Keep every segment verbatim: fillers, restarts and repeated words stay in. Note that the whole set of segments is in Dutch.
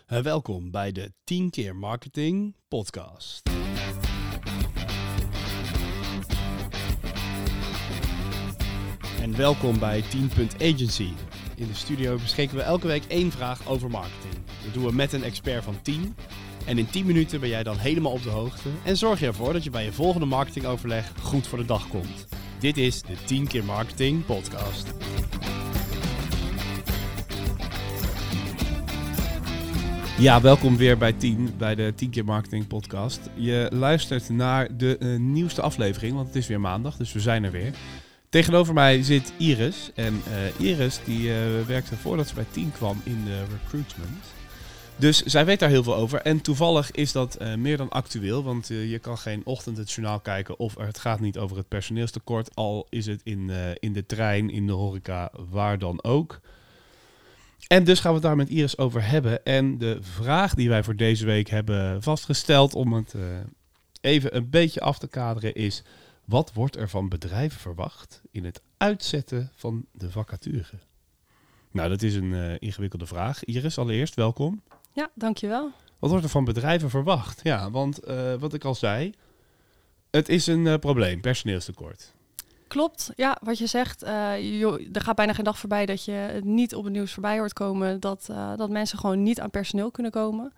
Uh, welkom bij de tien keer Marketing podcast. En welkom bij tien punt agency. In de studio beschikken we elke week één vraag over marketing. Dat doen we met een expert van tien. En in tien minuten ben jij dan helemaal op de hoogte. En zorg je ervoor dat je bij je volgende marketingoverleg goed voor de dag komt. Dit is de tien keer Marketing podcast. Ja, welkom weer bij tien, bij de tien keer Marketing podcast. Je luistert naar de uh, nieuwste aflevering, want het is weer maandag, dus we zijn er weer. Tegenover mij zit Iris. En uh, Iris die uh, werkte voordat ze bij tien kwam in de recruitment. Dus zij weet daar heel veel over. En toevallig is dat uh, meer dan actueel, want uh, je kan geen ochtend het journaal kijken of het gaat niet over het personeelstekort. Al is het in, uh, in de trein, in de horeca, waar dan ook. En dus gaan we het daar met Iris over hebben. En de vraag die wij voor deze week hebben vastgesteld, om het uh, even een beetje af te kaderen, is: wat wordt er van bedrijven verwacht in het uitzetten van de vacature? Nou, dat is een uh, ingewikkelde vraag. Iris, allereerst welkom. Ja, dankjewel. Wat wordt er van bedrijven verwacht? Ja, want uh, wat ik al zei, het is een uh, probleem, personeelstekort. Klopt, ja, wat je zegt, uh, joh, er gaat bijna geen dag voorbij dat je het niet op het nieuws voorbij hoort komen dat, uh, dat mensen gewoon niet aan personeel kunnen komen.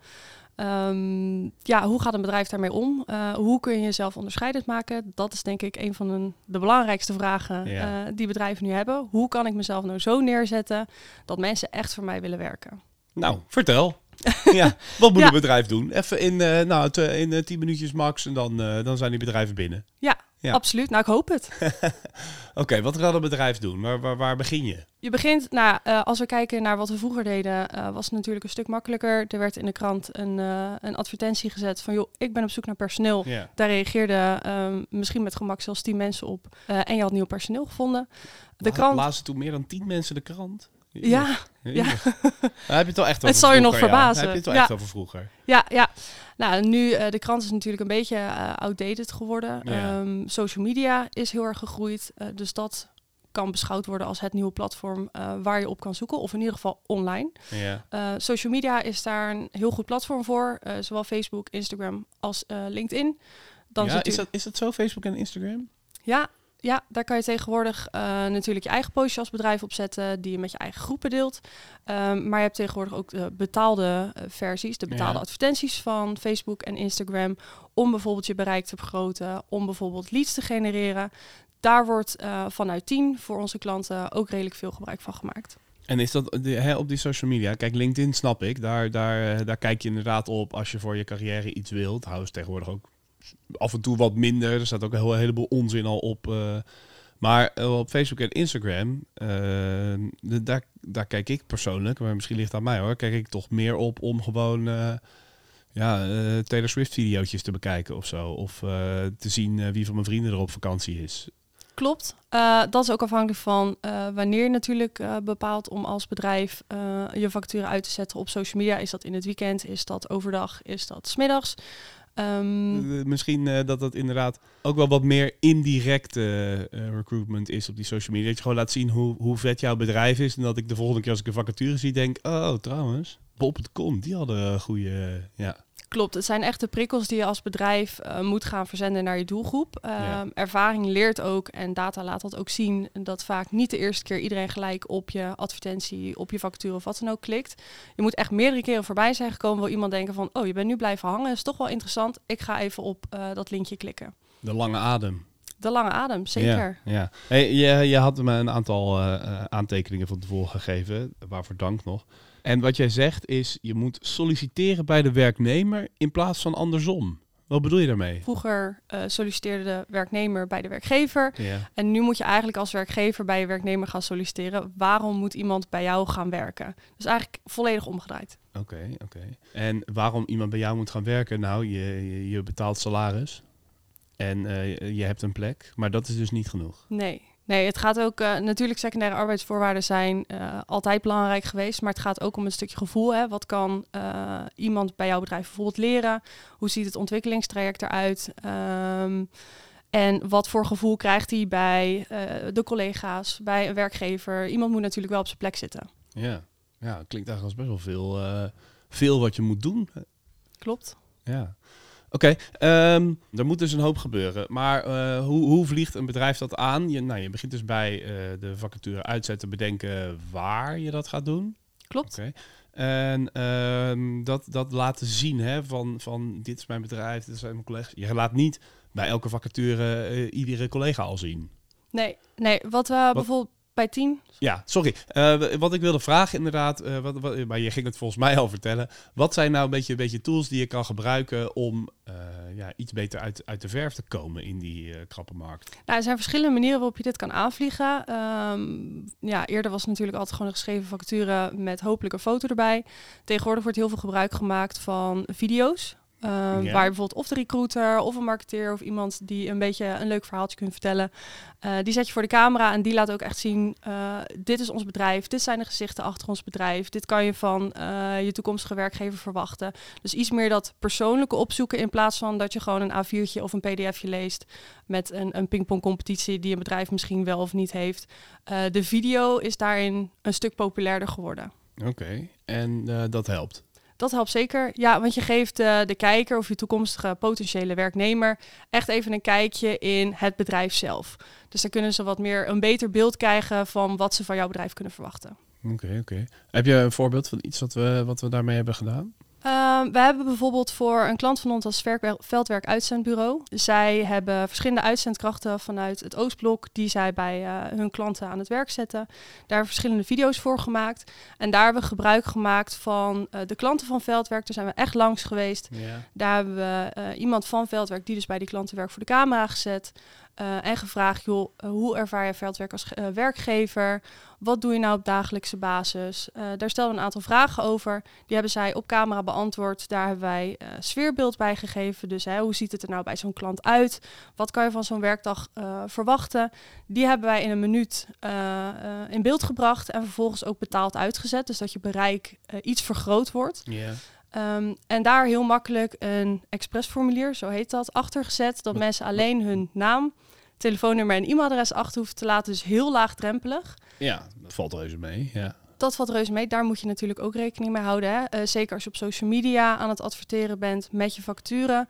Um, ja, hoe gaat een bedrijf daarmee om? Uh, hoe kun je jezelf onderscheidend maken? Dat is denk ik een van de, de belangrijkste vragen ja. uh, die bedrijven nu hebben. Hoe kan ik mezelf nou zo neerzetten dat mensen echt voor mij willen werken? Nou, vertel. Ja, wat moet ja. een bedrijf doen? Even in, uh, nou, te, in uh, tien minuutjes max en dan, uh, dan zijn die bedrijven binnen. Ja, ja. Absoluut. Nou, ik hoop het. Oké, okay, wat kan een bedrijf doen? Waar, waar, waar begin je? Je begint, nou, uh, als we kijken naar wat we vroeger deden, uh, was het natuurlijk een stuk makkelijker. Er werd in de krant een, uh, een advertentie gezet van, joh, ik ben op zoek naar personeel. Yeah. Daar reageerden uh, misschien met gemak zelfs tien mensen op. Uh, en je had nieuw personeel gevonden. De La- krant... Lazen toen meer dan tien mensen de krant? Ja, ja. ja. Daar heb je het wel echt over. Het zal je nog verbazen. Ja. Daar heb je het wel ja. echt over vroeger. Ja, ja. Nou, nu, uh, de krant is natuurlijk een beetje uh, outdated geworden. Ja. Um, social media is heel erg gegroeid. Uh, dus dat kan beschouwd worden als het nieuwe platform uh, waar je op kan zoeken. Of in ieder geval online. Ja. Uh, social media is daar een heel goed platform voor. Uh, zowel Facebook, Instagram als uh, LinkedIn. Dan ja, is, is, dat, is dat zo, Facebook en Instagram? Ja. Ja, daar kan je tegenwoordig uh, natuurlijk je eigen postje als bedrijf opzetten, die je met je eigen groepen deelt. Um, maar je hebt tegenwoordig ook de betaalde uh, versies, de betaalde ja. advertenties van Facebook en Instagram, om bijvoorbeeld je bereik te vergroten, om bijvoorbeeld leads te genereren. Daar wordt uh, vanuit tien voor onze klanten ook redelijk veel gebruik van gemaakt. En is dat de, hè, op die social media? Kijk, LinkedIn snap ik, daar, daar, daar kijk je inderdaad op als je voor je carrière iets wilt. Hou ze tegenwoordig ook af en toe wat minder. Er staat ook een, heel, een heleboel onzin al op. Uh, maar uh, op Facebook en Instagram, uh, de, daar, daar kijk ik persoonlijk, maar misschien ligt het aan mij hoor, kijk ik toch meer op om gewoon uh, ja, uh, Taylor Swift videootjes te bekijken of zo. Of uh, te zien uh, wie van mijn vrienden er op vakantie is. Klopt. Uh, dat is ook afhankelijk van uh, wanneer je natuurlijk uh, bepaalt om als bedrijf uh, je vacature uit te zetten op social media. Is dat in het weekend? Is dat overdag? Is dat 's middags? Um, uh, misschien uh, dat dat inderdaad ook wel wat meer indirecte uh, uh, recruitment is op die social media. Dat je gewoon laat zien hoe, hoe vet jouw bedrijf is. En dat ik de volgende keer als ik een vacature zie denk, oh trouwens, bol punt com, die hadden een goede... Uh, ja. Klopt, het zijn echt de prikkels die je als bedrijf uh, moet gaan verzenden naar je doelgroep. Uh, ja. Ervaring leert ook en data laat dat ook zien dat vaak niet de eerste keer iedereen gelijk op je advertentie, op je vacature of wat dan ook klikt. Je moet echt meerdere keren voorbij zijn gekomen, wil iemand denken van, oh, je bent nu blijven hangen, dat is toch wel interessant. Ik ga even op uh, dat linkje klikken. De lange adem. De lange adem, zeker. Ja, ja. Hey, je, je had me een aantal uh, aantekeningen van tevoren gegeven, waarvoor dank nog. En wat jij zegt is, je moet solliciteren bij de werknemer in plaats van andersom. Wat bedoel je daarmee? Vroeger uh, solliciteerde de werknemer bij de werkgever. Ja. En nu moet je eigenlijk als werkgever bij je werknemer gaan solliciteren. Waarom moet iemand bij jou gaan werken? Dus eigenlijk volledig omgedraaid. Oké, okay, oké. Okay. En waarom iemand bij jou moet gaan werken? Nou, je, je, je betaalt salaris en uh, je hebt een plek. Maar dat is dus niet genoeg. Nee. Nee, het gaat ook uh, natuurlijk secundaire arbeidsvoorwaarden zijn uh, altijd belangrijk geweest. Maar het gaat ook om een stukje gevoel. Hè. Wat kan uh, iemand bij jouw bedrijf bijvoorbeeld leren? Hoe ziet het ontwikkelingstraject eruit? Um, en wat voor gevoel krijgt hij bij uh, de collega's, bij een werkgever? Iemand moet natuurlijk wel op zijn plek zitten. Ja, ja, klinkt eigenlijk als best wel veel, uh, veel wat je moet doen. Klopt. Ja. Oké, okay, um, er moet dus een hoop gebeuren. Maar uh, hoe, hoe vliegt een bedrijf dat aan? Je, nou, je begint dus bij uh, de vacature uitzetten, bedenken waar je dat gaat doen. Klopt. Okay. En uh, dat, dat laten zien, hè, van, van dit is mijn bedrijf, dit zijn mijn collega's. Je laat niet bij elke vacature uh, iedere collega al zien. Nee, nee. Wat we wat? bijvoorbeeld bij tien... Ja, sorry. Uh, wat ik wilde vragen inderdaad, uh, wat, wat, maar je ging het volgens mij al vertellen. Wat zijn nou een beetje, een beetje tools die je kan gebruiken om uh, ja, iets beter uit, uit de verf te komen in die uh, krappe markt? Nou, er zijn verschillende manieren waarop je dit kan aanvliegen. Um, ja, eerder was het natuurlijk altijd gewoon een geschreven vacature met hopelijk een foto erbij. Tegenwoordig wordt heel veel gebruik gemaakt van video's. Um, ja. Waar je bijvoorbeeld of de recruiter of een marketeer of iemand die een beetje een leuk verhaaltje kunt vertellen. Uh, die zet je voor de camera en die laat ook echt zien, uh, dit is ons bedrijf, dit zijn de gezichten achter ons bedrijf. Dit kan je van uh, je toekomstige werkgever verwachten. Dus iets meer dat persoonlijke opzoeken in plaats van dat je gewoon een A viertje of een P D F'je leest met een, een pingpongcompetitie die een bedrijf misschien wel of niet heeft. Uh, de video is daarin een stuk populairder geworden. Oké, okay. en uh, dat helpt? Dat helpt zeker. Ja, want je geeft uh, de kijker of je toekomstige potentiële werknemer echt even een kijkje in het bedrijf zelf. Dus dan kunnen ze wat meer een beter beeld krijgen van wat ze van jouw bedrijf kunnen verwachten. Oké, okay, oké. Okay. Heb je een voorbeeld van iets wat we, wat we daarmee hebben gedaan? Uh, we hebben bijvoorbeeld voor een klant van ons als Veldwerk Uitzendbureau. Zij hebben verschillende uitzendkrachten vanuit het Oostblok die zij bij uh, hun klanten aan het werk zetten. Daar hebben we verschillende video's voor gemaakt. En daar hebben we gebruik gemaakt van uh, de klanten van Veldwerk. Daar zijn we echt langs geweest. Ja. Daar hebben we uh, iemand van Veldwerk die dus bij die klanten werkt voor de camera gezet. Uh, en gevraagd, joh, uh, hoe ervaar je Veldwerk als uh, werkgever? Wat doe je nou op dagelijkse basis? Uh, daar stelden we een aantal vragen over. Die hebben zij op camera beantwoord. Daar hebben wij uh, sfeerbeeld bij gegeven. Dus hè, hoe ziet het er nou bij zo'n klant uit? Wat kan je van zo'n werkdag uh, verwachten? Die hebben wij in een minuut uh, uh, in beeld gebracht. En vervolgens ook betaald uitgezet. Dus dat je bereik uh, iets vergroot wordt. Yeah. Um, en daar heel makkelijk een expressformulier, zo heet dat, achtergezet. Dat Wat? mensen alleen hun naam, telefoonnummer en e-mailadres achter hoeven te laten. Dus heel laagdrempelig. Ja, dat valt reuze mee. Ja. Dat valt reuze mee. Daar moet je natuurlijk ook rekening mee houden. Hè? Uh, zeker als je op social media aan het adverteren bent met je facturen.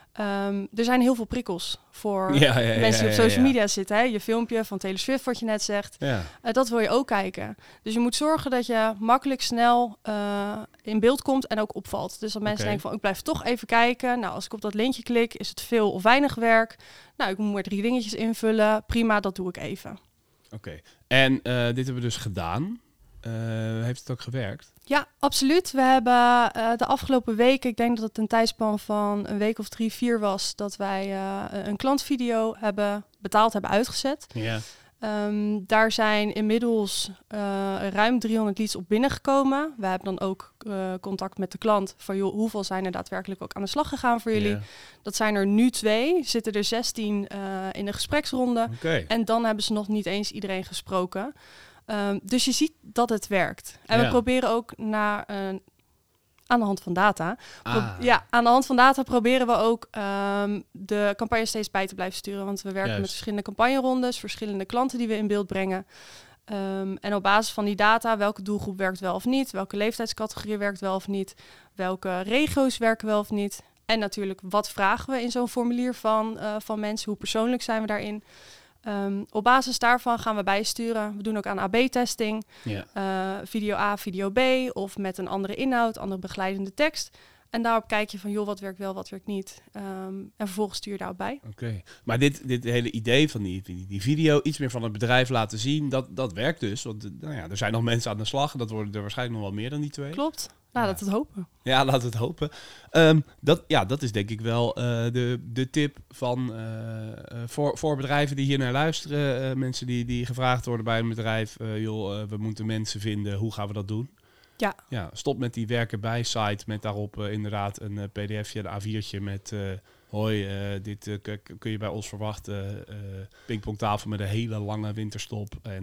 Um, er zijn heel veel prikkels voor ja, ja, ja, mensen die op social ja, ja. media zitten. Hè? Je filmpje van Taylor Swift, wat je net zegt. Ja. Uh, dat wil je ook kijken. Dus je moet zorgen dat je makkelijk snel uh, in beeld komt en ook opvalt. Dus dat mensen Okay. denken van, ik blijf toch even kijken. Nou, als ik op dat linkje klik, is het veel of weinig werk? Nou, ik moet maar drie dingetjes invullen. Prima, dat doe ik even. Oké. Okay. En uh, dit hebben we dus gedaan. Uh, heeft het ook gewerkt? Ja, absoluut. We hebben uh, de afgelopen weken, ik denk dat het een tijdspan van een week of drie, vier was, dat wij uh, een klantvideo hebben betaald hebben uitgezet. Ja. Um, daar zijn inmiddels uh, ruim driehonderd leads op binnengekomen. We hebben dan ook uh, contact met de klant van joh, hoeveel zijn er daadwerkelijk ook aan de slag gegaan voor jullie. Ja. Dat zijn er nu twee, zitten er zestien uh, in de gespreksronde. Okay. En dan hebben ze nog niet eens iedereen gesproken. Um, dus je ziet dat het werkt. En ja. we proberen ook naar, uh, aan de hand van data. Pro- ah. Ja, aan de hand van data proberen we ook um, de campagne steeds bij te blijven sturen. Want we werken Juist. met verschillende campagnerondes, verschillende klanten die we in beeld brengen. Um, en op basis van die data, welke doelgroep werkt wel of niet, welke leeftijdscategorie werkt wel of niet, welke regio's werken wel of niet. En natuurlijk, wat vragen we in zo'n formulier van, uh, van mensen, hoe persoonlijk zijn we daarin. Um, op basis daarvan gaan we bijsturen. We doen ook aan A B-testing. Ja. Uh, video A, video B of met een andere inhoud, andere begeleidende tekst. En daarop kijk je van, joh, wat werkt wel, wat werkt niet. Um, en vervolgens stuur je daarop bij. Oké. Okay. Maar dit, dit hele idee van die, die, die video, iets meer van het bedrijf laten zien, dat, dat werkt dus. Want nou ja, er zijn nog mensen aan de slag. Dat worden er waarschijnlijk nog wel meer dan die twee. Klopt. Nou, ja. dat het hopen. Ja, laten we het hopen. Um, dat, ja, dat is denk ik wel uh, de, de tip van, uh, uh, voor, voor bedrijven die hier naar luisteren. Uh, mensen die, die gevraagd worden bij een bedrijf. Uh, joh, uh, we moeten mensen vinden. Hoe gaan we dat doen? Ja. Ja, stop met die werken bij site met daarop uh, inderdaad een uh, P D F'je, een A viertje met uh, hoi, uh, dit uh, k- kun je bij ons verwachten. Uh, pingpongtafel met een hele lange winterstop en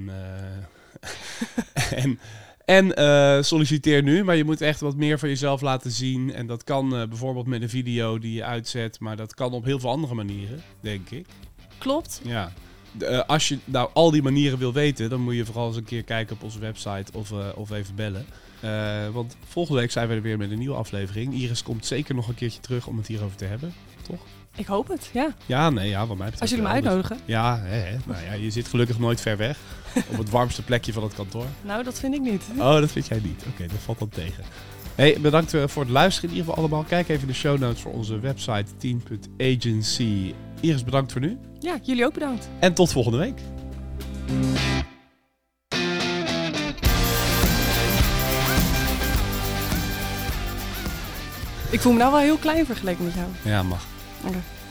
uh, en En uh, solliciteer nu, maar je moet echt wat meer van jezelf laten zien. En dat kan uh, bijvoorbeeld met een video die je uitzet, maar dat kan op heel veel andere manieren, denk ik. Klopt. Ja. De, uh, als je nou al die manieren wil weten, dan moet je vooral eens een keer kijken op onze website of, uh, of even bellen. Uh, want volgende week zijn we er weer met een nieuwe aflevering. Iris komt zeker nog een keertje terug om het hierover te hebben, toch? Ik hoop het, ja. Ja, nee, ja, wat mij betreft. Als jullie me wel. uitnodigen. Dus, ja, hè, hè. Nou ja, je zit gelukkig nooit ver weg. Op het warmste plekje van het kantoor. Nou, dat vind ik niet. Oh, dat vind jij niet. Oké, okay, dat valt dan tegen. Hey, bedankt voor het luisteren in ieder geval allemaal. Kijk even in de show notes voor onze website tien punt agency. Iris, bedankt voor nu. Ja, jullie ook bedankt. En tot volgende week. Ik voel me nou wel heel klein vergeleken met jou. Ja, mag. Oké. Okay.